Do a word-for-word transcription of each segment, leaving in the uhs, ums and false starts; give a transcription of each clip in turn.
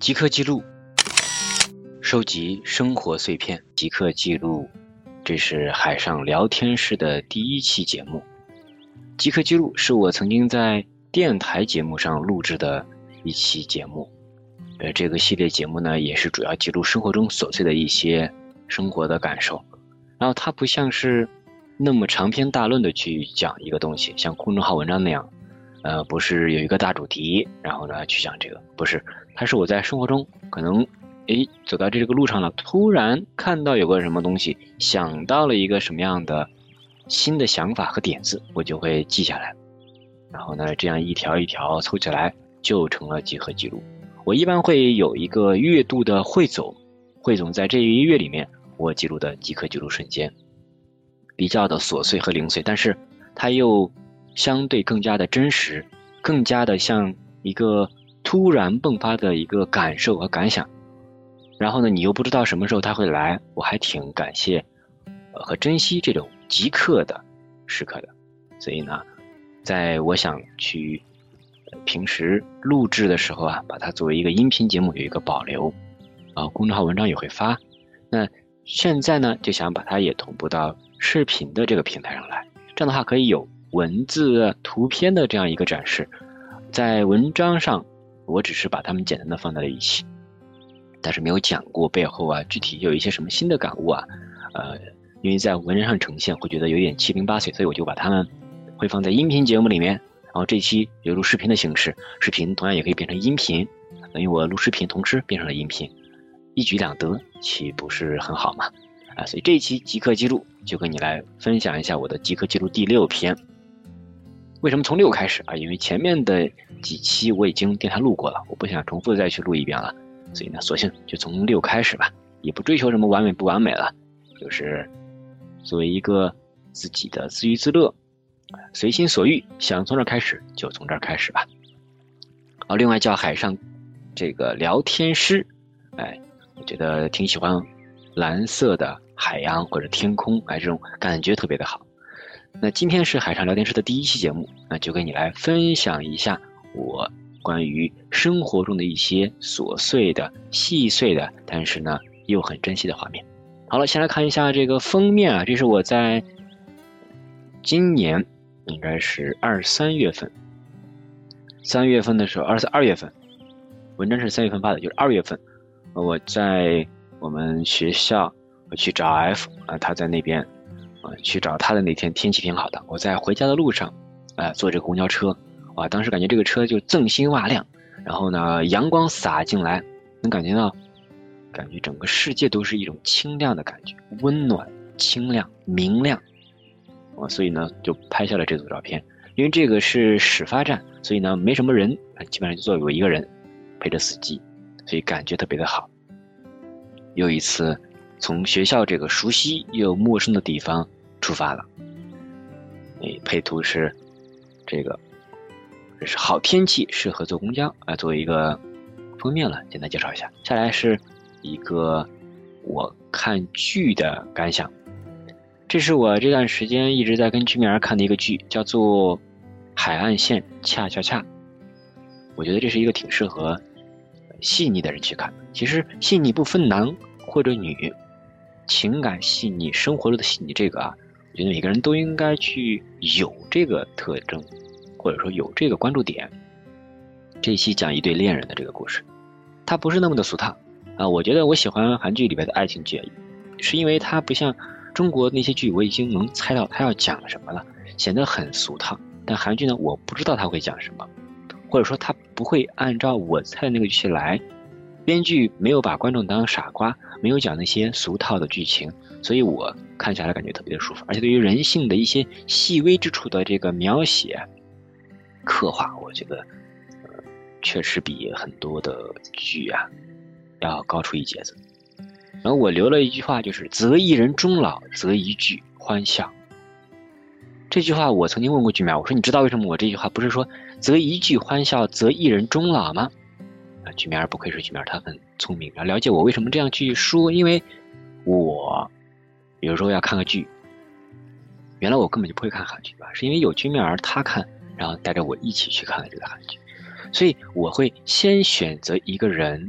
即刻记录，收集生活碎片。即刻记录，这是海上聊天室的第一期节目。即刻记录是我曾经在电台节目上录制的一期节目。呃，这个系列节目呢，也是主要记录生活中琐碎的一些生活的感受。然后它不像是那么长篇大论的去讲一个东西，像公众号文章那样，呃，不是有一个大主题，然后呢去讲这个，不是，它是我在生活中可能，诶，走到这个路上了，突然看到有个什么东西，想到了一个什么样的新的想法和点子，我就会记下来，然后呢，这样一条一条凑起来，就成了即刻记录。我一般会有一个月度的汇总，汇总在这一个月里面我记录的即刻记录瞬间，比较的琐碎和零碎，但是它又相对更加的真实，更加的像一个突然迸发的一个感受和感想。然后呢，你又不知道什么时候它会来，我还挺感谢呃和珍惜这种即刻的时刻的。所以呢，在我想去平时录制的时候啊，把它作为一个音频节目有一个保留啊，公众号文章也会发。那现在呢，就想把它也同步到视频的这个平台上来，这样的话可以有文字、图片的这样一个展示。在文章上，我只是把它们简单的放在了一起，但是没有讲过背后啊，具体有一些什么新的感悟啊，呃，因为在文章上呈现会觉得有点七零八碎，所以我就把它们会放在音频节目里面。然后这期有录视频的形式，视频同样也可以变成音频，等于我录视频同时变成了音频，一举两得，岂不是很好吗？啊，所以这一期即刻记录就跟你来分享一下我的即刻记录第六篇。为什么从六开始啊？因为前面的几期我已经电台录过了，我不想重复再去录一遍了，所以呢，索性就从六开始吧，也不追求什么完美不完美了，就是作为一个自己的自娱自乐，随心所欲，想从这儿开始就从这儿开始吧。好，另外叫海上这个聊天师，哎，我觉得挺喜欢蓝色的海洋或者天空，哎，这种感觉特别的好。那今天是海上聊天室的第一期节目，那就跟你来分享一下我关于生活中的一些琐碎的、细碎的，但是呢又很珍惜的画面。好了，先来看一下这个封面啊，这是我在今年应该是二三月份，三月份的时候，二二月份，文章是三月份发的，就是二月份，我在我们学校，我去找 F 啊，他在那边啊，去找他的那天天气挺好的，我在回家的路上，啊，坐这个公交车，哇，当时感觉这个车就锃星瓦亮，然后呢，阳光洒进来，能感觉到，感觉整个世界都是一种清亮的感觉，温暖、清亮、明亮。啊，所以呢就拍下了这组照片。因为这个是始发站，所以呢没什么人，基本上就坐有一个人陪着司机，所以感觉特别的好。又一次从学校这个熟悉又陌生的地方出发了。哎，配图是这个，这是好天气适合坐公交啊，作为一个封面了，简单介绍一下。下来是一个我看剧的感想。这是我这段时间一直在跟居民儿看的一个剧，叫做《海岸线恰恰恰》。我觉得这是一个挺适合细腻的人去看的。其实细腻不分男或者女，情感细腻、生活的细腻，这个啊，我觉得每个人都应该去有这个特征，或者说有这个关注点。这一期讲一对恋人的这个故事，它不是那么的俗套啊。我觉得我喜欢韩剧里边的爱情剧，是因为它不像中国那些剧，我已经能猜到他要讲什么了，显得很俗套。但韩剧呢，我不知道他会讲什么，或者说他不会按照我猜的那个剧情来。编剧没有把观众当傻瓜，没有讲那些俗套的剧情，所以我看下来感觉特别的舒服。而且对于人性的一些细微之处的这个描写、刻画，我觉得，呃，确实比很多的剧啊要高出一截子。然后我留了一句话，就是择一人终老，择一句欢笑。这句话我曾经问过剧苗，我说你知道为什么我这句话不是说择一句欢笑，择一人终老吗？啊，剧苗不愧是剧苗，他很聪明，然后了解我为什么这样去说。因为我比如说要看个剧，原来我根本就不会看韩剧吧，是因为有剧苗他看，然后带着我一起去看了这个韩剧，所以我会先选择一个人，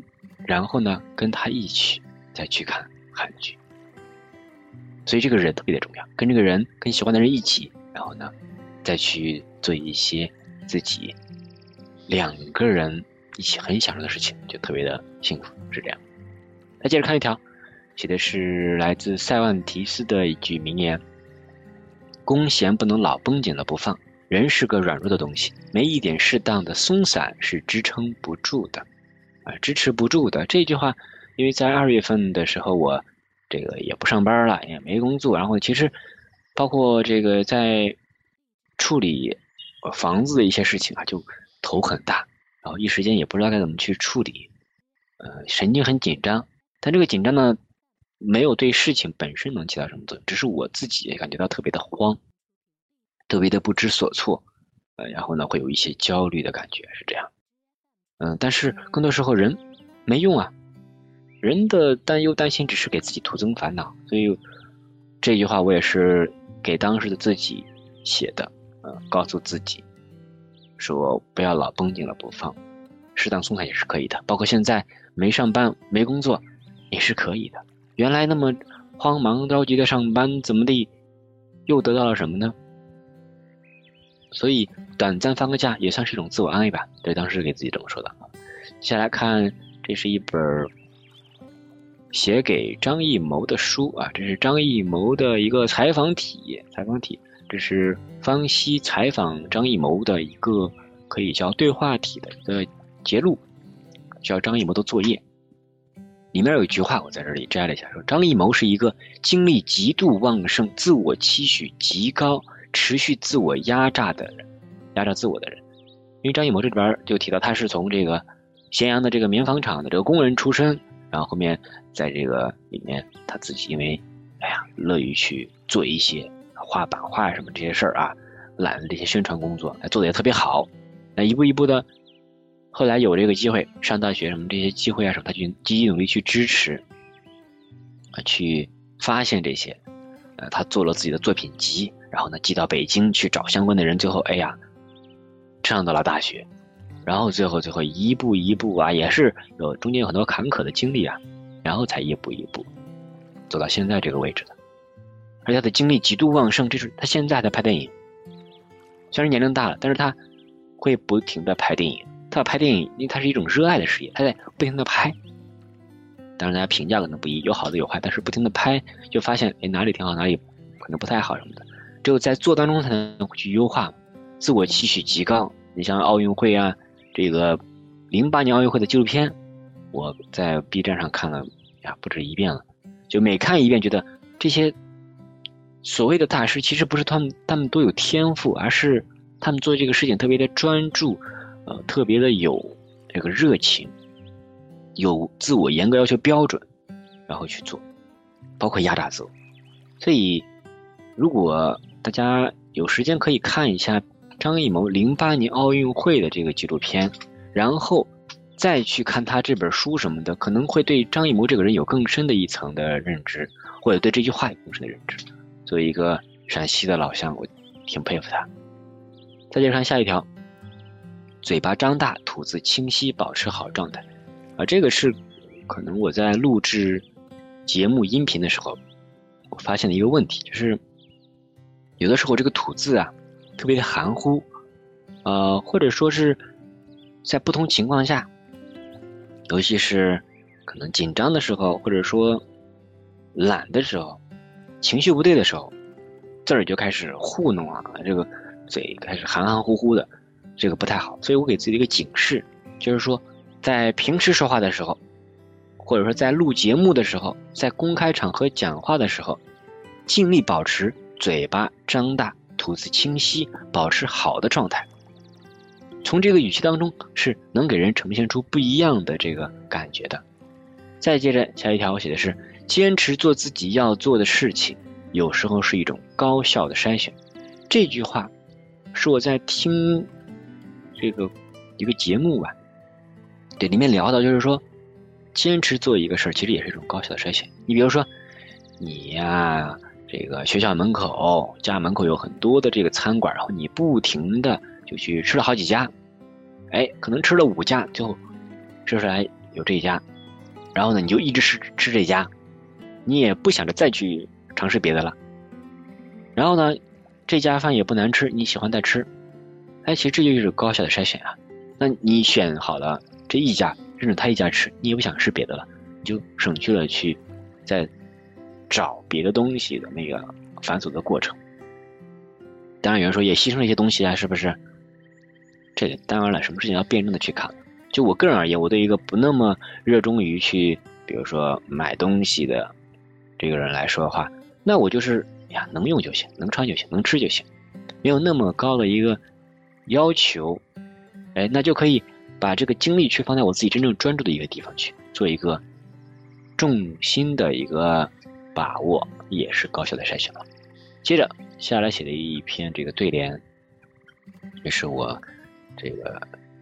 然后呢跟他一起再去看韩剧。所以这个人特别的重要，跟这个人跟喜欢的人一起，然后呢再去做一些自己两个人一起很享受的事情，就特别的幸福，是这样。再接着看一条，写的是来自塞万提斯的一句名言：弓弦不能老绷紧了不放，人是个软弱的东西，没一点适当的松散是支撑不住的啊，支持不住的。这句话因为在二月份的时候我这个也不上班了，也没工作，然后其实包括这个在处理房子的一些事情啊，就头很大，然后一时间也不知道该怎么去处理，呃，神经很紧张。但这个紧张呢，没有对事情本身能起到什么作用，只是我自己也感觉到特别的慌，特别的不知所措，呃，然后呢会有一些焦虑的感觉，是这样。嗯、呃，但是更多时候人没用啊。人的担忧担心只是给自己徒增烦恼，所以这句话我也是给当时的自己写的，呃，告诉自己说不要老绷紧了不放，适当松散也是可以的。包括现在没上班没工作也是可以的。原来那么慌忙着急的上班，怎么地又得到了什么呢？所以短暂放个假也算是一种自我安慰吧，对，当时给自己这么说的。接下来看，这是一本写给张艺谋的书啊，这是张艺谋的一个采访体，采访体，这是方熙采访张艺谋的一个可以叫对话体的一个节录，叫张艺谋的作业。里面有一句话我在这里摘了一下，说张艺谋是一个精力极度旺盛、自我期许极高、持续自我压榨的人，压榨自我的人。因为张艺谋这边就提到他是从这个咸阳的这个棉纺厂的这个工人出身，然后后面在这个里面他自己因为哎呀乐于去做一些画版画什么这些事儿啊，揽了这些宣传工作，他做的也特别好。那一步一步的，后来有这个机会上大学什么这些机会啊什么，他去积极努力去支持啊，去发现这些，呃，他做了自己的作品集，然后呢寄到北京去找相关的人，最后哎呀上到了大学，然后最后最后一步一步啊，也是有中间有很多坎坷的经历啊，然后才一步一步走到现在这个位置的。而且他的精力极度旺盛，这是他现在还在拍电影，虽然年龄大了，但是他会不停的拍电影。他拍电影，因为他是一种热爱的事业，他在不停的拍。当然大家评价可能不一，有好的有坏，但是不停的拍，就发现哎哪里挺好，哪里可能不太好什么的。只有在做当中才能去优化，自我期许极高。你像奥运会啊，这个零八年奥运会的纪录片，我在 B 站上看了呀不止一遍了，就每看一遍觉得这些所谓的大师其实不是他们他们都有天赋，而是他们做这个事情特别的专注，呃，特别的有这个热情，有自我严格要求标准，然后去做，包括压榨自我。所以如果大家有时间可以看一下张艺谋零八年奥运会的这个纪录片，然后再去看他这本书什么的，可能会对张艺谋这个人有更深的一层的认知，或者对这句话有更深的认知。作为一个陕西的老乡，我挺佩服他。再接着看下一条，嘴巴张大，吐字清晰，保持好状态啊，这个是可能我在录制节目音频的时候我发现的一个问题，就是有的时候这个吐字啊特别的含糊，呃，或者说是在不同情况下，尤其是可能紧张的时候，或者说懒的时候，情绪不对的时候，字儿就开始糊弄啊，这个嘴开始含含糊糊的，这个不太好。所以我给自己的一个警示，就是说在平时说话的时候，或者说在录节目的时候，在公开场合讲话的时候，尽力保持嘴巴张大，吐字清晰，保持好的状态。从这个语气当中是能给人呈现出不一样的这个感觉的。再接着下一条我写的是，坚持做自己要做的事情，有时候是一种高效的筛选。这句话是我在听这个一个节目吧，对，里面聊到就是说，坚持做一个事儿其实也是一种高效的筛选。你比如说你呀，这个学校门口家门口有很多的这个餐馆，然后你不停的就去吃了好几家，哎，可能吃了五家，最后吃出来有这一家然后呢，你就一直吃吃这家，你也不想着再去尝试别的了。然后呢，这家饭也不难吃，你喜欢再吃，哎，其实这就是高效的筛选啊。那你选好了这一家，认准他一家吃，你也不想吃别的了，你就省去了去再找别的东西的那个繁琐的过程。当然有人说也牺牲了一些东西啊，是不是？这当然了，什么事情要辩证的去看。就我个人而言，我对一个不那么热衷于去比如说买东西的这个人来说的话，那我就是呀能用就行，能穿就行，能吃就行，没有那么高的一个要求，哎，那就可以把这个精力去放在我自己真正专注的一个地方去，做一个重心的一个把握，也是高效的筛选了。接着下来写了一篇这个对联，这是我这个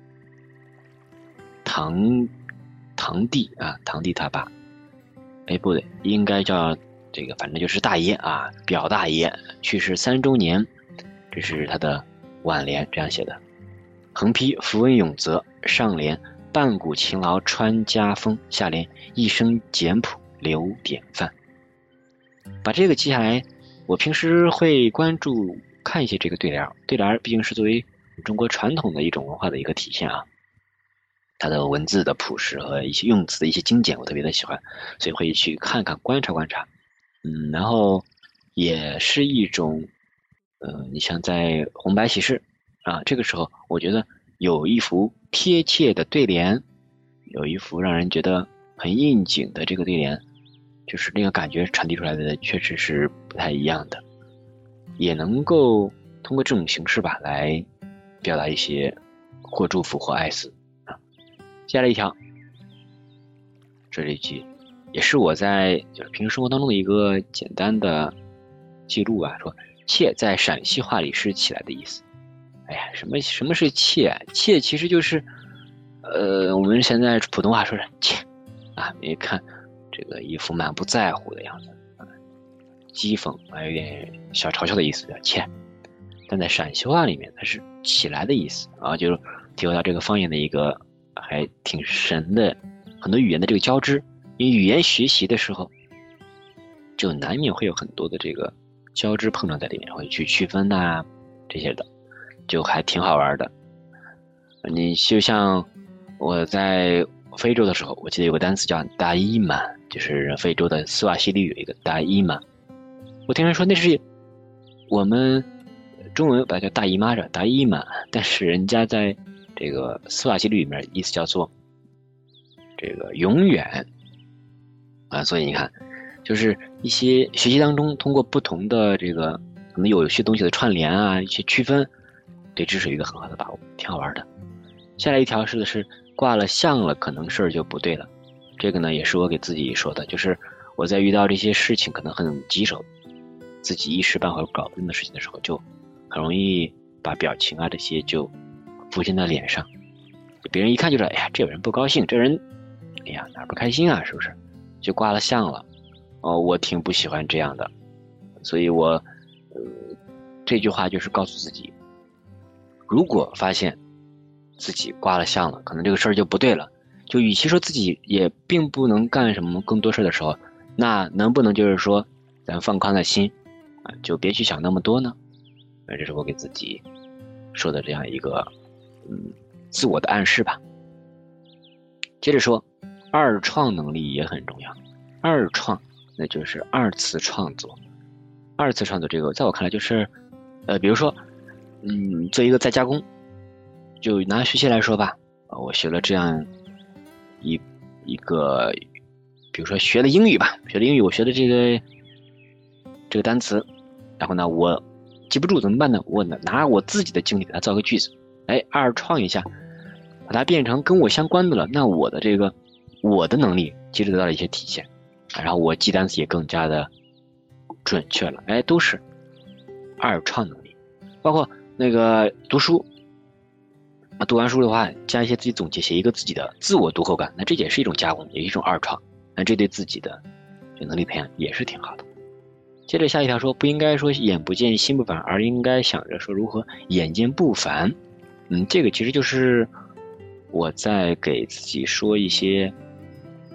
堂堂弟啊，堂弟他爸，哎不对，应该叫这个，反正就是大爷啊，表大爷去世三周年，这是他的挽联，这样写的：横批符文永泽，上联半古勤劳穿家风，下联一生简朴留典范。把这个记下来，我平时会关注看一些这个对联，对联毕竟是作为中国传统的一种文化的一个体现啊。它的文字的朴实和一些用词的一些精简，我特别的喜欢，所以会去看看观察观察，嗯，然后也是一种，呃，你像在红白喜事啊，这个时候我觉得有一幅贴切的对联，有一幅让人觉得很应景的这个对联，就是那个感觉传递出来的确实是不太一样的，也能够通过这种形式吧来表达一些或祝福或哀思。接下来一条，这一句也是我在就是平时生活当中的一个简单的记录啊，说妾在陕西话里是起来的意思。哎呀，什么什么是妾？妾其实就是呃我们现在普通话说是妾啊，你看这个一副满不在乎的样子啊，讥讽啊，有点小嘲笑的意思叫妾，但在陕西话里面它是起来的意思啊，就是体会到这个方言的一个还挺神的很多语言的这个交织。因为语言学习的时候就难免会有很多的这个交织碰撞在里面，会去区分啊这些的，就还挺好玩的。你就像我在非洲的时候，我记得有个单词叫达伊曼，就是非洲的斯瓦西里有一个达伊曼，我听人说那是我们中文把它叫大姨妈着达伊曼，但是人家在这个斯瓦西里里面意思叫做这个永远啊，所以你看就是一些学习当中通过不同的这个可能有些东西的串联啊，一些区分，对知识有一个很好的把握，挺好玩的。下来一条是的是挂了相了，可能事儿就不对了。这个呢也是我给自己说的，就是我在遇到这些事情可能很棘手，自己一时半会儿搞不定的事情的时候，就很容易把表情啊这些就浮现在脸上，别人一看就知道，哎呀，这个人不高兴，这人哎呀哪不开心啊，是不是就挂了相了。哦，我挺不喜欢这样的，所以我呃这句话就是告诉自己，如果发现自己挂了相了，可能这个事儿就不对了，就与其说自己也并不能干什么更多事的时候，那能不能就是说咱放宽了心啊，就别去想那么多呢？啊，这是我给自己说的这样一个嗯自我的暗示吧。接着说，二创能力也很重要。二创那就是二次创作。二次创作这个在我看来就是呃比如说嗯做一个再加工，就拿学习来说吧，我学了这样一一个比如说学的英语吧，学的英语我学的这个这个单词，然后呢我记不住怎么办呢？我拿我自己的经历给它造个句子，哎，二创一下，把它变成跟我相关的了，那我的这个我的能力其实得到了一些体现，然后我记单词也更加的准确了，哎，都是二创能力。包括那个读书啊，读完书的话加一些自己总结，写一个自己的自我读后感，那这也是一种加工，也是一种二创，那这对自己的这能力培养也是挺好的。接着下一条说，不应该说眼不见心不烦，而应该想着说如何眼见不烦。嗯，这个其实就是我在给自己说一些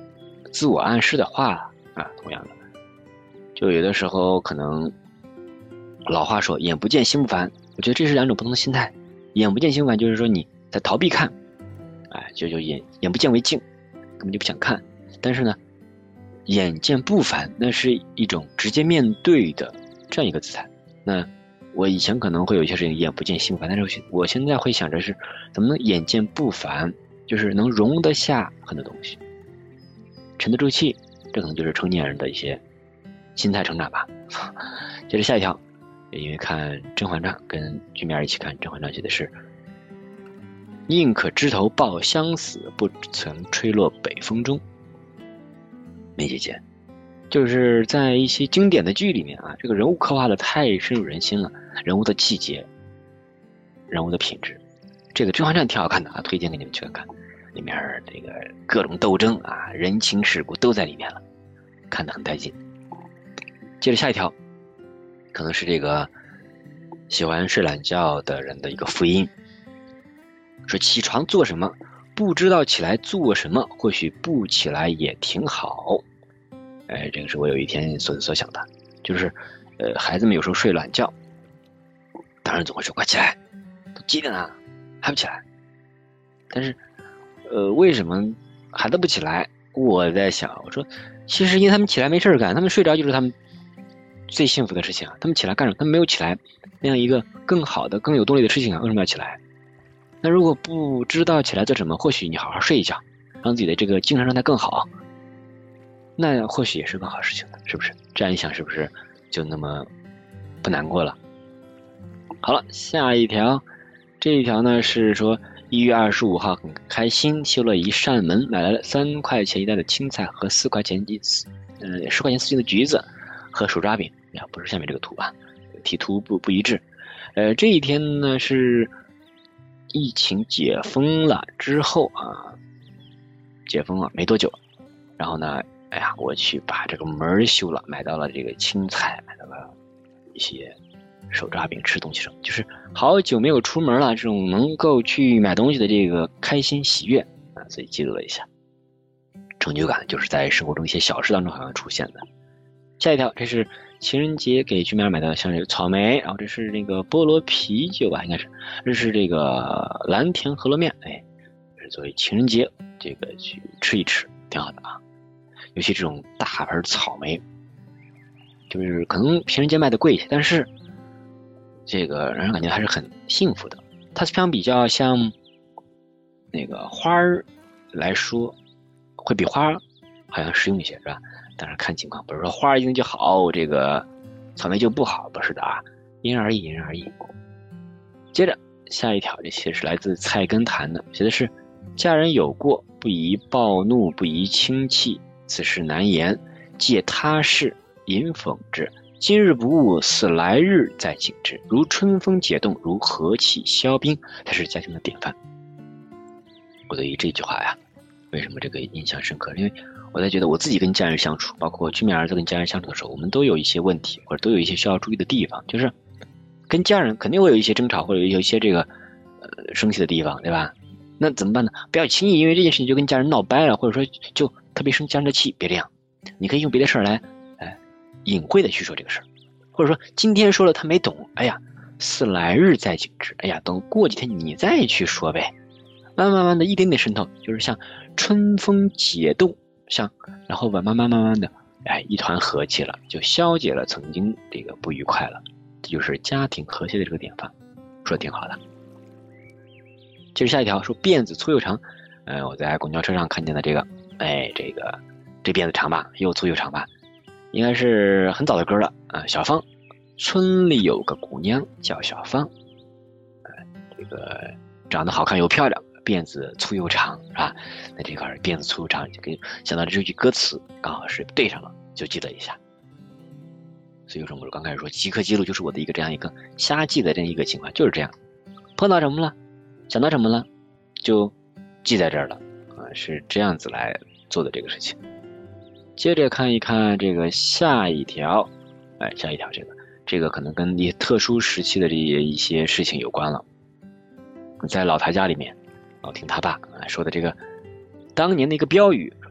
自我暗示的话啊，同样的，就有的时候可能老话说眼不见心不烦，我觉得这是两种不同的心态。眼不见心不烦就是说你在逃避看，哎，就就眼眼不见为净，根本就不想看。但是呢，眼见不烦，那是一种直接面对的这样一个姿态。那我以前可能会有一些事情眼不见心不烦，但是我现在会想着是怎么能眼见不烦，就是能容得下很多东西，沉得住气，这可能就是成年人的一些心态成长吧。接着下一条，因为看《甄嬛传》，跟居民儿一起看《甄嬛传》，写的是宁可枝头抱香死，不曾吹落北风中。梅姐姐就是在一些经典的剧里面啊，这个人物刻画的太深入人心了，人物的气节，人物的品质，这个《甄嬛传》挺好看的啊，推荐给你们去看看。里面这个各种斗争啊，人情世故都在里面了，看得很带劲。接着下一条，可能是这个喜欢睡懒觉的人的一个福音，说起床做什么，不知道起来做什么，或许不起来也挺好。哎，这个是我有一天所所想的，就是呃，孩子们有时候睡懒觉，当然总会说快起来，都几点了还不起来。但是呃，为什么孩子不起来？我在想，我说其实因为他们起来没事干，他们睡着就是他们最幸福的事情啊。他们起来干什么？他们没有起来那样一个更好的更有动力的事情啊，为什么要起来？那如果不知道起来做什么，或许你好好睡一觉，让自己的这个精神状态更好，那或许也是更好事情的，是不是？这样一想，是不是就那么不难过了？好了，下一条，这一条呢是说一月二十五号很开心，修了一扇门，买来了三块钱一袋的青菜和四块钱一次，呃，十块钱四斤的橘子和手抓饼。呀，不是下面这个图啊，题图不不一致。呃，这一天呢是疫情解封了之后啊，解封了没多久，然后呢，哎呀，我去把这个门修了，买到了这个青菜，买到了一些手抓饼，吃东西什么，就是好久没有出门了，这种能够去买东西的这个开心喜悦啊，所以记录了一下。成就感就是在生活中一些小事当中好像出现的。下一条，这是情人节给居民买的，像这个草莓，然后这是那个菠萝啤酒吧，应该是，这是这个蓝田饸饹面，哎，这是作为情人节这个去吃一吃，挺好的啊。尤其这种大盆草莓，就是可能情人节卖的贵一些，但是这个让人感觉还是很幸福的。它相比较像那个花儿来说，会比花儿好像实用一些，是吧？当然看情况，不是说花儿一定就好，这个草莓就不好，不是的啊，因人而异，因人而异。接着下一条，这些是来自菜根谭的，写的是家人有过，不宜暴怒，不宜轻弃，此事难言，借他事引讽之。今日不误，似来日再景之。如春风解冻，如和气消冰，它是家庭的典范。我对于这句话呀，为什么这个印象深刻？因为我在觉得我自己跟家人相处，包括居民儿子跟家人相处的时候，我们都有一些问题，或者都有一些需要注意的地方，就是跟家人肯定会有一些争吵，或者有一些这个呃生气的地方，对吧？那怎么办呢？不要轻易因为这件事情就跟家人闹掰了，或者说就特别生家人的气，别这样。你可以用别的事儿来，哎，隐晦的去说这个事儿，或者说今天说了他没懂，哎呀，似来日再景之，哎呀，等过几天你再去说呗。慢慢慢慢的一点点渗透，就是像春风解冻，像然后慢慢慢慢慢的，哎，一团和气了，就消解了曾经这个不愉快了。这就是家庭和谐的这个典范，说的挺好的。接着下一条说辫子粗又长，呃，我在公交车上看见的这个，哎，这个这辫子长吧，又粗又长吧，应该是很早的歌了啊、呃。小芳，村里有个姑娘叫小芳，呃，这个长得好看又漂亮，辫子粗又长，是吧？那这块辫子粗又长，就可以想到这句歌词，刚好是对上了，就记了一下。所以说，我刚开始说即刻记录就是我的一个这样一个瞎记的这样一个情况，就是这样，碰到什么了，想到什么了，就记在这儿了啊，是这样子来做的这个事情。接着看一看这个下一条，哎，下一条这个这个可能跟你特殊时期的这些一些事情有关了。在老台家里面，老听他爸说的这个当年的一个标语，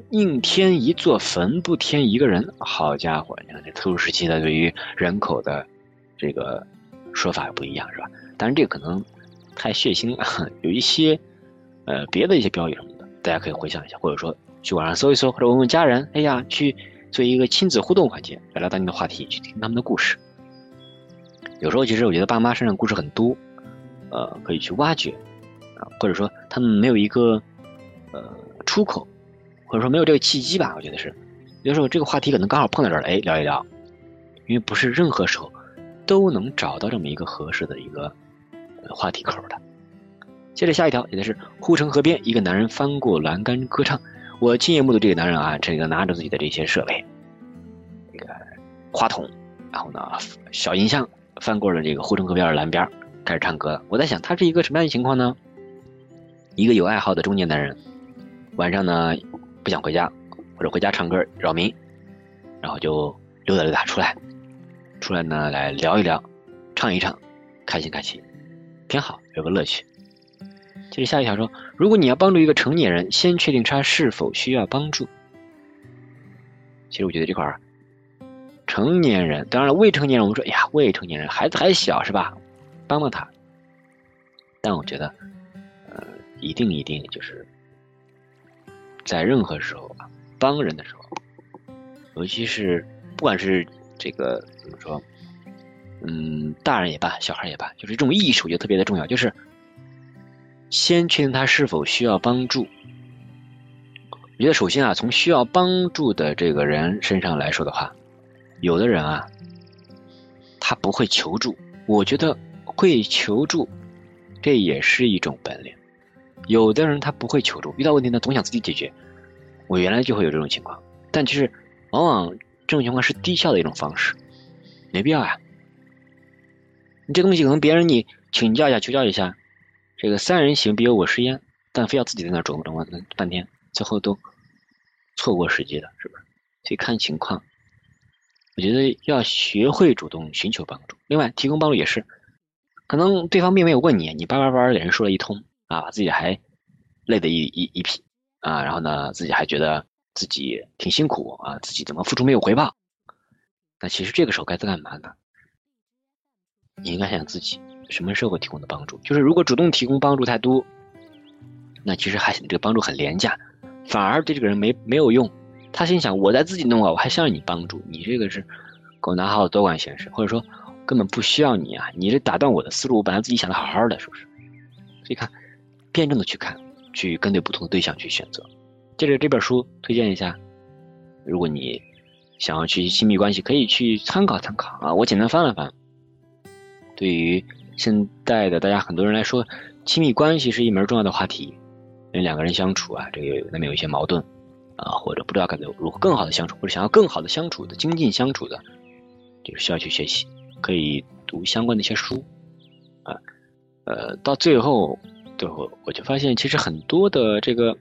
宁添一座坟，不添一个人。好家伙，你看这特殊时期的对于人口的这个说法不一样，是吧？当然这个可能太血腥了，有一些呃别的一些标语什么的，大家可以回想一下，或者说去网上搜一搜，或者问问家人，哎呀，去做一个亲子互动环节，聊聊当年的话题，去听他们的故事。有时候其实我觉得爸妈身上故事很多，呃，可以去挖掘啊，或者说他们没有一个呃出口，或者说没有这个契机吧，我觉得是。有时候这个话题可能刚好碰到这儿了，哎，聊一聊，因为不是任何时候都能找到这么一个合适的一个、呃、话题口的。接着下一条写的是护城河边，一个男人翻过栏杆歌唱。我亲眼目睹这个男人啊，这个拿着自己的这些设备，这个话筒，然后呢小音箱，翻过了这个护城河边的栏边，开始唱歌。我在想，他是一个什么样的情况呢？一个有爱好的中年男人，晚上呢不想回家，或者回家唱歌扰民，然后就溜达溜达出来，出来呢来聊一聊，唱一唱，开心开心，挺好，有个乐趣。接着下一条说，如果你要帮助一个成年人，先确定他是否需要帮助。其实我觉得这块儿，成年人，当然了，未成年人，我们说，哎呀，未成年人，孩子还小是吧？帮帮他。但我觉得，呃，一定一定就是在任何时候啊，帮人的时候，尤其是不管是这个怎么说，嗯，大人也罢，小孩也罢，就是这种艺术就特别的重要，就是先确定他是否需要帮助。我觉得首先啊，从需要帮助的这个人身上来说的话，有的人啊，他不会求助，我觉得会求助，这也是一种本领。有的人他不会求助，遇到问题呢总想自己解决，我原来就会有这种情况，但其实往往这种情况是低效的一种方式，没必要呀。你这东西可能别人你请教一下求教一下，这个三人行必有我师焉，但非要自己在那琢磨琢磨半天，最后都错过时机了，是不是？所以看情况，我觉得要学会主动寻求帮助。另外提供帮助也是，可能对方并没有问你，你叭叭叭给人说了一通啊，把自己还累得一一一匹啊，然后呢自己还觉得自己挺辛苦啊，自己怎么付出没有回报。那其实这个时候该在干嘛呢？你应该想想自己什么时候提供的帮助，就是如果主动提供帮助太多，那其实还显得这个帮助很廉价，反而对这个人没没有用。他心想我在自己弄啊，我还需要你帮助，你这个是狗拿耗子多管闲事，或者说根本不需要你啊，你这打断我的思路，我本来自己想的好好的，是不是？所以看辩证的去看，去跟对不同的对象去选择。接着这本书推荐一下，如果你想要去亲密关系，可以去参考参考啊。我简单翻了翻，对于现代的大家很多人来说，亲密关系是一门重要的话题，因为两个人相处啊，这个难免有一些矛盾啊，或者不知道该如何更好的相处，或者想要更好的相处的精进相处的，这个需要去学习，可以读相关的一些书啊。呃，到最后最后我就发现，其实很多的这个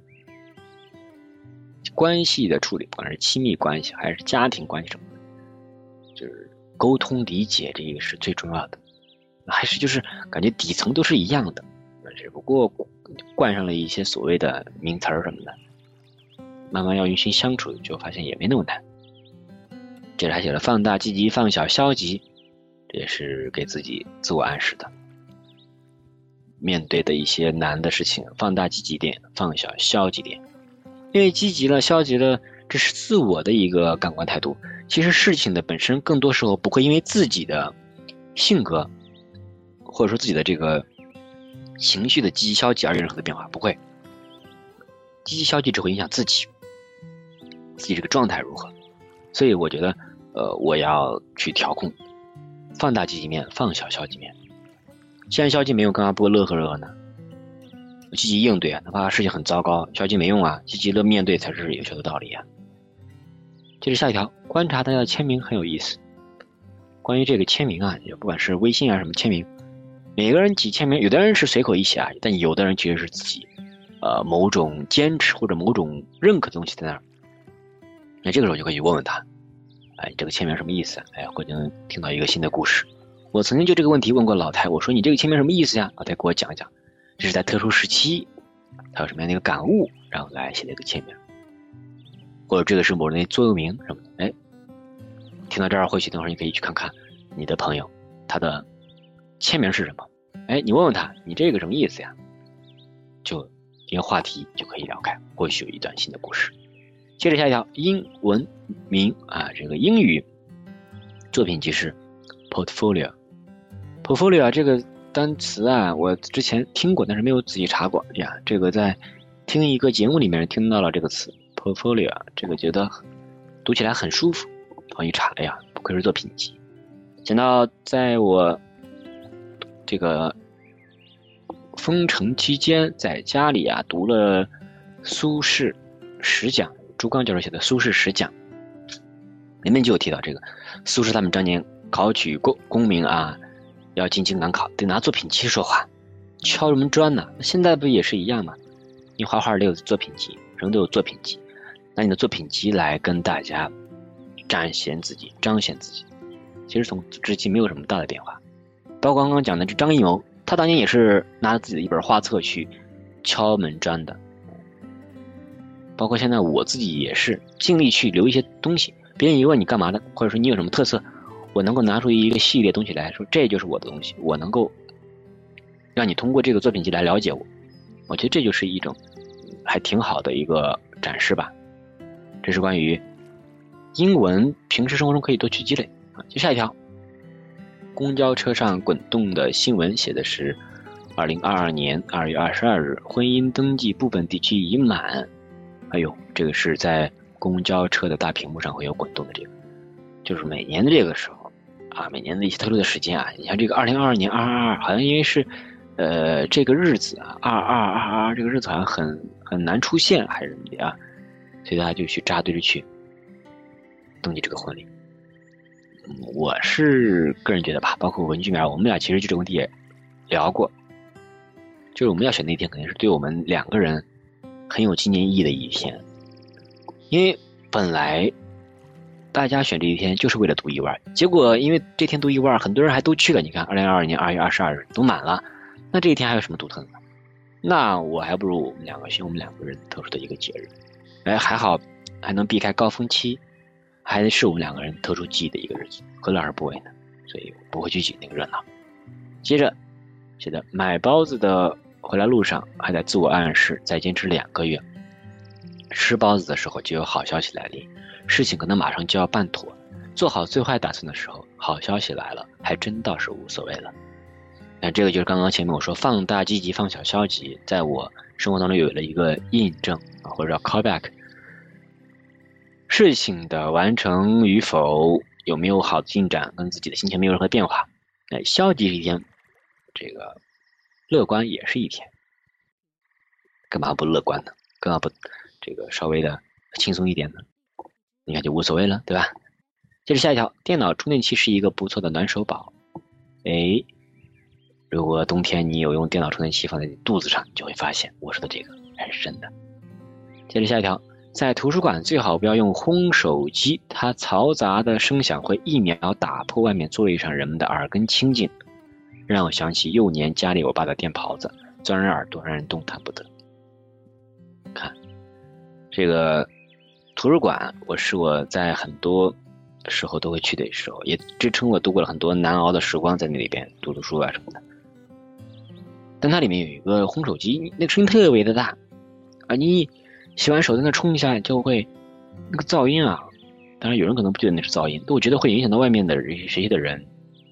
关系的处理，不管是亲密关系还是家庭关系什么的，就是沟通理解，这个是最重要的。还是就是感觉底层都是一样的，只不过冠上了一些所谓的名词儿什么的，慢慢要用心相处，就发现也没那么难。接着还写了放大积极，放小消极，这也是给自己自我暗示的。面对的一些难的事情，放大积极点，放小消极点。因为积极了消极了，这是自我的一个感官态度，其实事情的本身更多时候不会因为自己的性格或者说自己的这个情绪的积极消极而有任何的变化，不会。积极消极只会影响自己，自己这个状态如何。所以我觉得，呃，我要去调控，放大积极面，放小消极面。既然消极没用，干嘛不乐呵乐呵呢？积极应对啊，哪怕事情很糟糕，消极没用啊，积极的面对才是有效的道理啊。接着下一条，观察大家的签名很有意思。关于这个签名啊，也不管是微信啊什么签名，每个人起签名，有的人是随口一写啊，但有的人其实是自己呃某种坚持或者某种认可的东西在那儿。那这个时候就可以问问他，哎，这个签名什么意思？哎，或者能听到一个新的故事。我曾经就这个问题问过老太，我说你这个签名什么意思呀？老太给我讲一讲，这是在特殊时期他有什么样的一个感悟，然后来写了一个签名。 或者这个是某人的座右铭什么的。哎，听到这儿，或许等会儿你可以去看看你的朋友他的签名是什么。哎，你问问他，你这个什么意思呀？就一个话题就可以聊开，或许有一段新的故事。接着下一条，英文名啊，这个英语作品集是 portfolio。portfolio 啊，这个单词啊，我之前听过，但是没有仔细查过呀。这个在听一个节目里面听到了这个词 portfolio 啊，这个觉得读起来很舒服。然后一查，哎呀，不愧是作品集。想到在我这个封城期间，在家里啊读了苏轼十讲，朱刚教授写的《苏轼十讲》，里面就有提到这个苏轼他们当年考取功功名啊，要进京赶考，得拿作品集说话，敲什么砖呢？现在不也是一样吗？你画画得有作品集，人都有作品集，拿你的作品集来跟大家展现自己，彰显自己。其实从至今没有什么大的变化。包括刚刚讲的这张艺谋，他当年也是拿着自己的一本画册去敲门砖的。包括现在我自己也是尽力去留一些东西，别人一问你干嘛的，或者说你有什么特色，我能够拿出一个系列东西来说，这就是我的东西，我能够让你通过这个作品集来了解我。我觉得这就是一种还挺好的一个展示吧。这是关于英文平时生活中可以多去积累啊。就下一条，公交车上滚动的新闻写的是二零二二年二月二十二日，婚姻登记部分地区已满。哎呦，这个是在公交车的大屏幕上会有滚动的，这个就是每年的这个时候啊，每年的一些特殊的时间啊，你像这个二零二二年二二二，好像因为是呃这个日子啊，二二二二这个日子好像很很难出现还是怎么的啊，所以大家就去扎堆着去登记这个婚礼。嗯，我是个人觉得吧，包括文具苗，我们俩其实就这个问题也聊过，就是我们要选那天肯定是对我们两个人很有纪念意义的一天，因为本来大家选这一天就是为了独一无二，结果因为这天独一无二，很多人还都去了。你看，二零二二年二月二十二日都满了，那这一天还有什么独特的呢？那我还不如我们两个选我们两个人特殊的一个节日，哎，还好还能避开高峰期，还是我们两个人特殊记忆的一个日子，何乐而不为呢？所以不会去挤那个热闹。接着写的买包子的回来路上还在自我暗示再坚持两个月，吃包子的时候就有好消息来临，事情可能马上就要办妥，做好最坏打算的时候，好消息来了，还真倒是无所谓了。那这个就是刚刚前面我说放大积极放小消极，在我生活当中有了一个印证或者叫 callback。 事情的完成与否，有没有好的进展，跟自己的心情没有任何变化。哎，消极是一天，这个乐观也是一天，干嘛不乐观呢？干嘛不这个稍微的轻松一点呢？你看就无所谓了，对吧？接着下一条，电脑充电器是一个不错的暖手宝。哎，如果冬天你有用电脑充电器放在你肚子上，你就会发现我说的这个还是真的。接着下一条，在图书馆最好不要用烘手机，它嘈杂的声响会一秒打破外面座位上人们的耳根清净，让我想起幼年家里我爸的电袍子，钻人耳朵，让人动弹不得。看这个图书馆，我是我在很多时候都会去的时候，也支撑我度过了很多难熬的时光，在那里边读读书啊什么的。但它里面有一个烘手机，那个声音特别的大啊，你洗完手在那冲一下就会那个噪音啊，当然有人可能不觉得那是噪音，但我觉得会影响到外面的谁谁的人，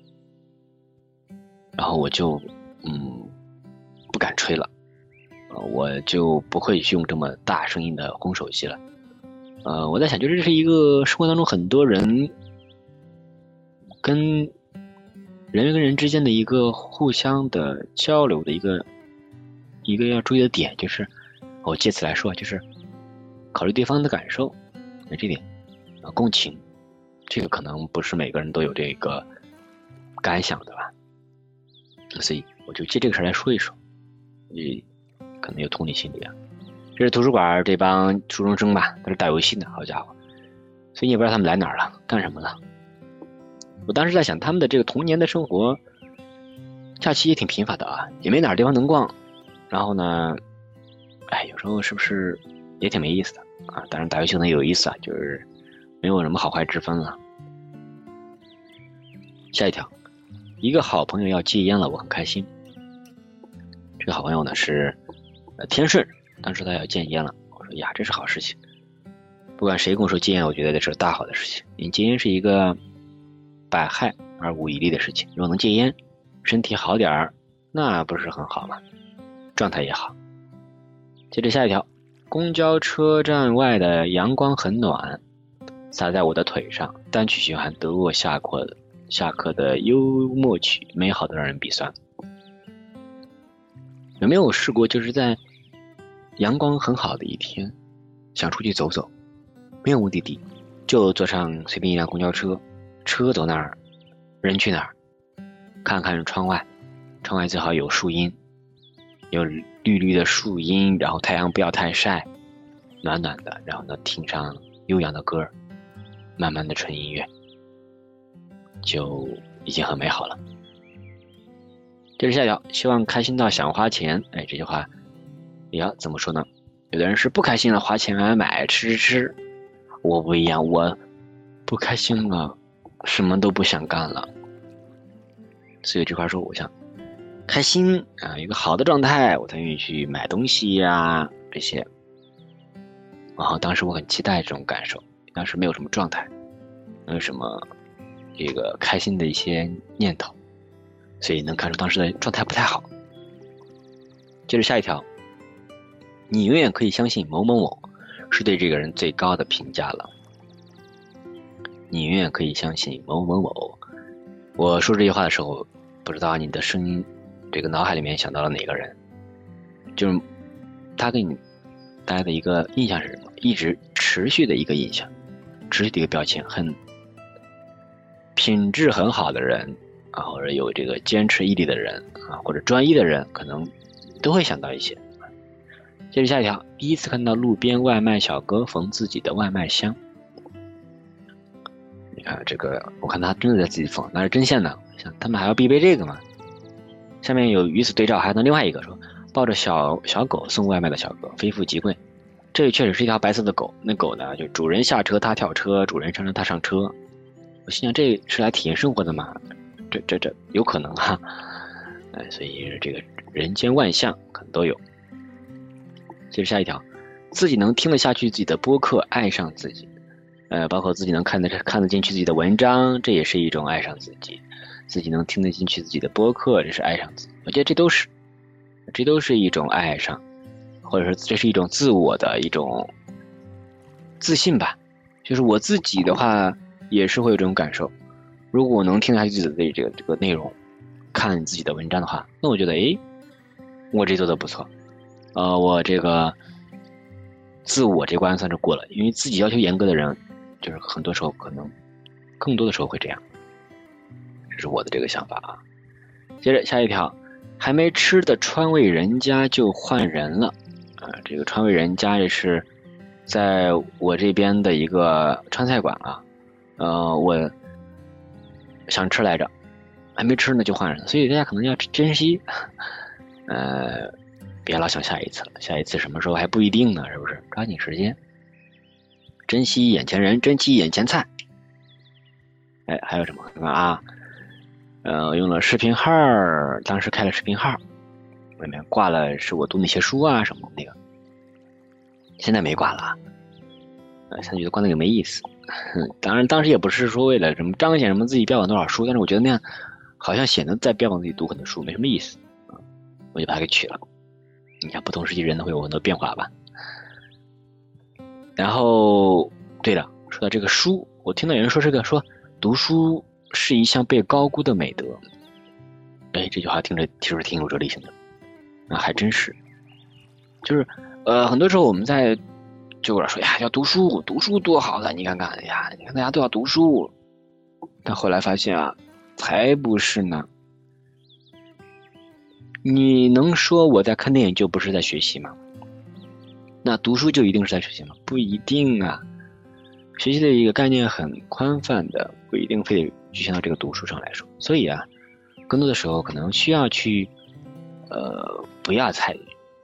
然后我就嗯不敢吹了，呃，我就不会去用这么大声音的烘手机了。呃，我在想，就是这是一个生活当中很多人跟人跟人之间的一个互相的交流的一个一个要注意的点，就是我借此来说，就是考虑对方的感受，那这点啊，共情，这个可能不是每个人都有这个感想的吧，所以我就借这个事来说一说，你可能有同理心理啊。这是图书馆这帮初中生吧，都是打游戏的，好家伙，所以你也不知道他们来哪儿了，干什么了。我当时在想，他们的这个童年的生活假期也挺贫乏的啊，也没哪儿地方能逛，然后呢，哎，有时候是不是也挺没意思的。 啊，当然打游戏可能有意思啊，就是没有什么好坏之分了。下一条，一个好朋友要戒烟了，我很开心。这个好朋友呢是呃天顺，当时他要戒烟了，我说呀，这是好事情。不管谁跟我说戒烟，我觉得这是大好的事情，因为戒烟是一个百害而无一利的事情。如果能戒烟，身体好点儿，那不是很好吗？状态也好。接着下一条，公交车站外的阳光很暖，洒在我的腿上，单曲循环德沃夏课下课的幽默曲，美好的让人鼻酸。有没有试过就是在阳光很好的一天，想出去走走，没有目的地，就坐上随便一辆公交车，车走哪儿人去哪儿，看看窗外，窗外最好有树荫，有绿绿的树荫，然后太阳不要太晒，暖暖的，然后呢听上悠扬的歌，慢慢的纯音乐，就已经很美好了。接着下一条，希望开心到想花钱。哎，这句话也要怎么说呢？有的人是不开心了，花钱买买吃吃吃。我不一样，我不开心了，什么都不想干了。所以这话说，我想开心啊，一个好的状态，我才愿意去买东西呀、啊、这些。然后当时我很期待这种感受，当时没有什么状态，没有什么这个开心的一些念头。所以能看出当时的状态不太好。接着下一条，你永远可以相信某某某，是对这个人最高的评价了。你永远可以相信某某某。我说这句话的时候，不知道你的声音，这个脑海里面想到了哪个人？就是他给你带来的一个印象是什么？一直持续的一个印象，持续的一个标签，很品质很好的人。啊，或者有这个坚持毅力的人啊，或者专一的人，可能都会想到一些。接着下一条，第一次看到路边外卖小哥缝自己的外卖箱。你看这个，我看他真的在自己缝，那是针线呢。想他们还要必备这个吗？下面有与此对照，还有另外一个说，抱着小小狗送外卖的小哥，非富即贵。这确实是一条白色的狗，那狗呢，就主人下车他跳车，主人上车他上车。我心想，这是来体验生活的吗？这这这有可能哈、啊，哎，所以这个人间万象可能都有。接着下一条，自己能听得下去自己的播客，爱上自己，呃，包括自己能看得看得进去自己的文章，这也是一种爱上自己；自己能听得进去自己的播客，这是爱上自己。我觉得这都是，这都是一种爱上，或者说这是一种自我的一种自信吧。就是我自己的话，也是会有这种感受。如果我能听下去自己的这个这个内容，看自己的文章的话，那我觉得，诶，我这做的不错，呃，我这个自我这关算是过了，因为自己要求严格的人，就是很多时候可能，更多的时候会这样，这是我的这个想法啊。接着下一条，还没吃的川味人家就换人了，啊、呃，这个川味人家也是在我这边的一个川菜馆啊，呃，我。想吃来着，还没吃呢就换人，所以大家可能要珍惜，呃，别老想下一次了，下一次什么时候还不一定呢，是不是？抓紧时间，珍惜眼前人，珍惜眼前菜。哎，还有什么啊？呃，我用了视频号，当时开了视频号，里面挂了是我读哪些书啊什么那个，现在没挂了，呃，现在觉得挂那个没意思。当然，当时也不是说为了什么彰显什么自己标榜多少书，但是我觉得那样好像显得在标榜自己读很多书，没什么意思啊，我就把它给取了。你看，不同时期人都会有很多变化吧。然后，对了，说到这个书，我听到有人说这个说读书是一项被高估的美德。哎，这句话听着其实挺有哲理性的，啊，还真是。就是呃，很多时候我们在。就说呀，要读书，读书多好的，你看看呀，你看大家都要读书，但后来发现啊，才不是呢。你能说我在看电影就不是在学习吗？那读书就一定是在学习吗？不一定啊。学习的一个概念很宽泛的，不一定非得局限到这个读书上来说。所以啊，更多的时候可能需要去，呃，不要太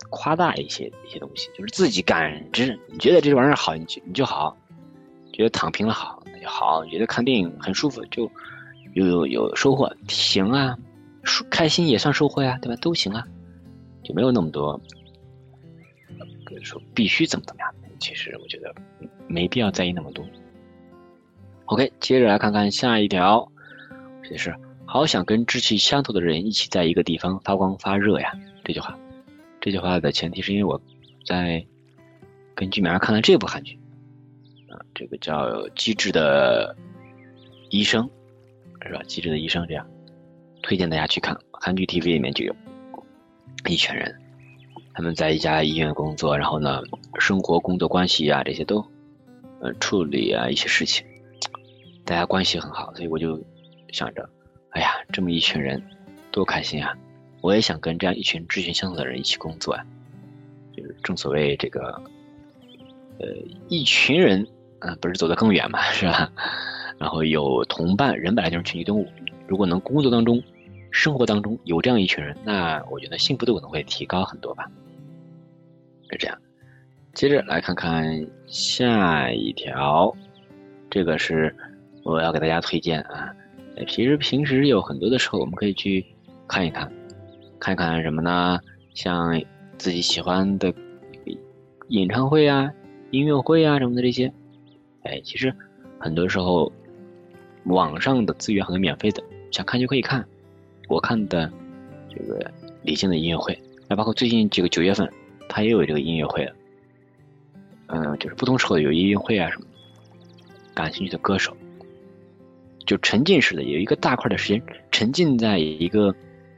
夸大一些一些东西，就是自己感知，你觉得这玩意儿好，你就你就好，觉得躺平了好那就好，你觉得看电影很舒服就有有有收获，行啊，开心也算收获呀，对吧？都行啊，就没有那么多说必须怎么怎么样。其实我觉得没必要在意那么多。OK， 接着来看看下一条，这是好想跟志气相投的人一起在一个地方发光发热呀。这句话，这句话的前提是因为我在跟剧名上看了这部韩剧啊，这个叫《机智的医生》，是吧？机智的医生这样，推荐大家去看。韩剧 T V 里面就有一群人，他们在一家医院工作，然后呢，生活、工作关系啊这些都呃处理啊一些事情，大家关系很好，所以我就想着，哎呀，这么一群人多开心啊！我也想跟这样一群志趣相投的人一起工作啊。就是正所谓这个，呃，一群人啊、呃，不是走得更远嘛，是吧？然后有同伴，人本来就是群居动物，如果能工作当中、生活当中有这样一群人，那我觉得幸福度可能会提高很多吧。是这样。接着来看看下一条，这个是我要给大家推荐啊。其实平时有很多的时候，我们可以去看一看，看一看什么呢？像自己喜欢的演唱会啊、音乐会啊什么的这些。哎，其实很多时候网上的资源很多免费的，想看就可以看。我看的这个李健的音乐会，那包括最近这个九月份，他也有这个音乐会了。嗯，就是不同时候有音乐会啊什么，感兴趣的歌手，就沉浸式的有一个大块的时间，沉浸在一个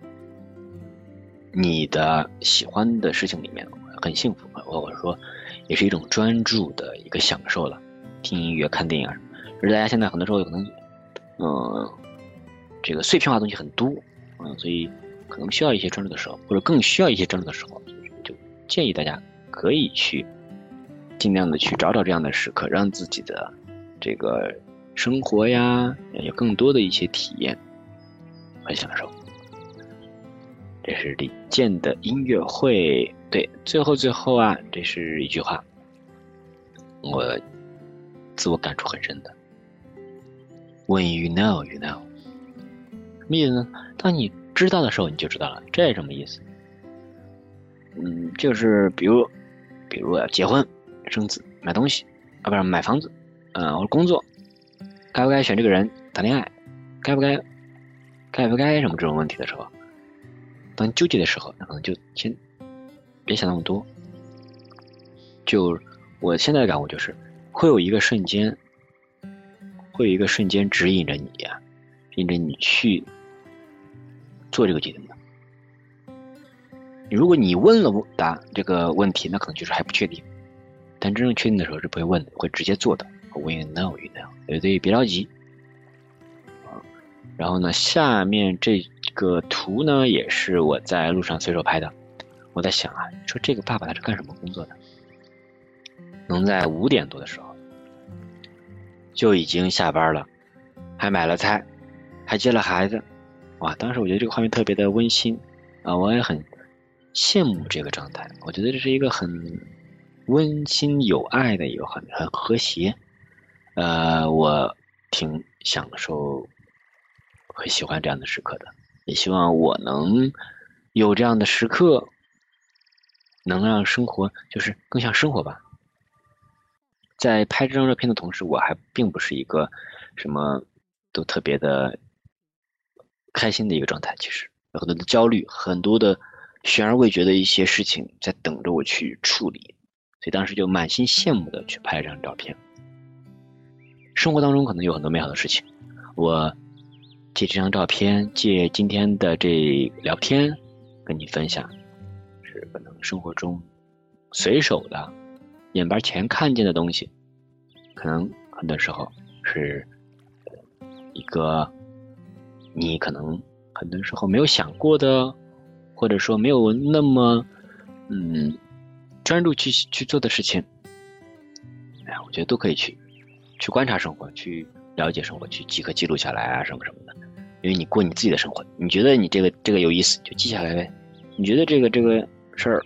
你的喜欢的事情里面，很幸福。或者说，也是一种专注的一个享受了。听音乐、看电影，而大家现在很多时候可能，嗯、呃，这个碎片化的东西很多，嗯、呃，所以可能需要一些专注的时候，或者更需要一些专注的时候，就建议大家可以去尽量的去找找这样的时刻，让自己的这个生活呀有更多的一些体验和享受。这是李健的音乐会。对，最后最后啊，这是一句话，我自我感触很深的。When you know, you know， 什么意思呢？当你知道的时候，你就知道了。这是什么意思？嗯，就是比如，比如要结婚、生子、买东西，啊，不是买房子，嗯，或者工作，该不该选这个人谈恋爱，该不该，该不该什么这种问题的时候，当你纠结的时候，那可能就先别想那么多。就我现在的感悟就是，会有一个瞬间，会有一个瞬间指引着你呀、啊，引着你去做这个决定的。如果你问了答这个问题，那可能就是还不确定，但真正确定的时候是不会问的，会直接做的。When you know, you know， 对对，别着急。然后呢，下面这个图呢，也是我在路上随手拍的。我在想啊，说这个爸爸他是干什么工作的？能在五点多的时候就已经下班了，还买了菜，还接了孩子。哇，当时我觉得这个画面特别的温馨啊，我也很羡慕这个状态。我觉得这是一个很温馨有爱的一个画面，很和谐。呃，我挺享受会喜欢这样的时刻的，也希望我能有这样的时刻，能让生活就是更像生活吧。在拍这张照片的同时，我还并不是一个什么都特别的开心的一个状态，其实有很多的焦虑，很多的悬而未决的一些事情在等着我去处理，所以当时就满心羡慕的去拍这张照片。生活当中可能有很多美好的事情，我借这张照片，借今天的这聊天跟你分享，是可能生活中随手的眼巴前看见的东西，可能很多时候是一个你可能很多时候没有想过的，或者说没有那么嗯专注去去做的事情，哎，我觉得都可以去去观察生活，去了解生活，去即刻记录下来啊什么什么的。因为你过你自己的生活，你觉得你这个这个有意思就记下来呗，你觉得这个这个事儿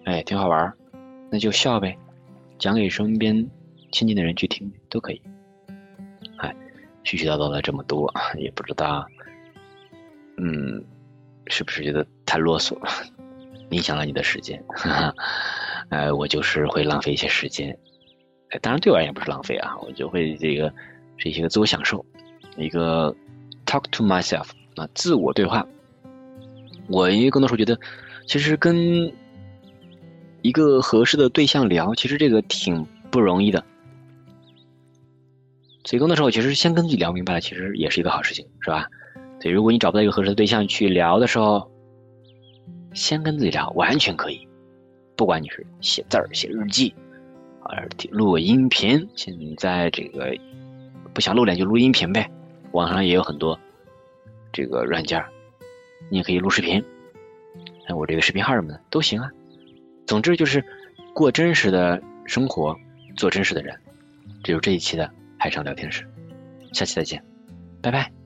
哎，挺好玩，那就笑呗，讲给身边亲近的人去听都可以。哎，絮絮叨叨了这么多，也不知道，嗯，是不是觉得太啰嗦了，影响了你的时间？哈哈，呃，我就是会浪费一些时间，哎，当然对我而言不是浪费啊，我就会这个是一个自我享受，一个 talk to myself 啊，自我对话。我因为更多时候觉得，其实跟一个合适的对象聊，其实这个挺不容易的。所以更多时候，其实先跟自己聊明白了，其实也是一个好事情，是吧？所以如果你找不到一个合适的对象去聊的时候，先跟自己聊，完全可以。不管你是写字儿、写日记，啊，录个音频，现在这个不想露脸就录音频呗，网上也有很多这个软件，你也可以录视频，像我这个视频号什么的都行啊。总之就是过真实的生活，做真实的人。这就是这一期的海上聊天室，下期再见，拜拜。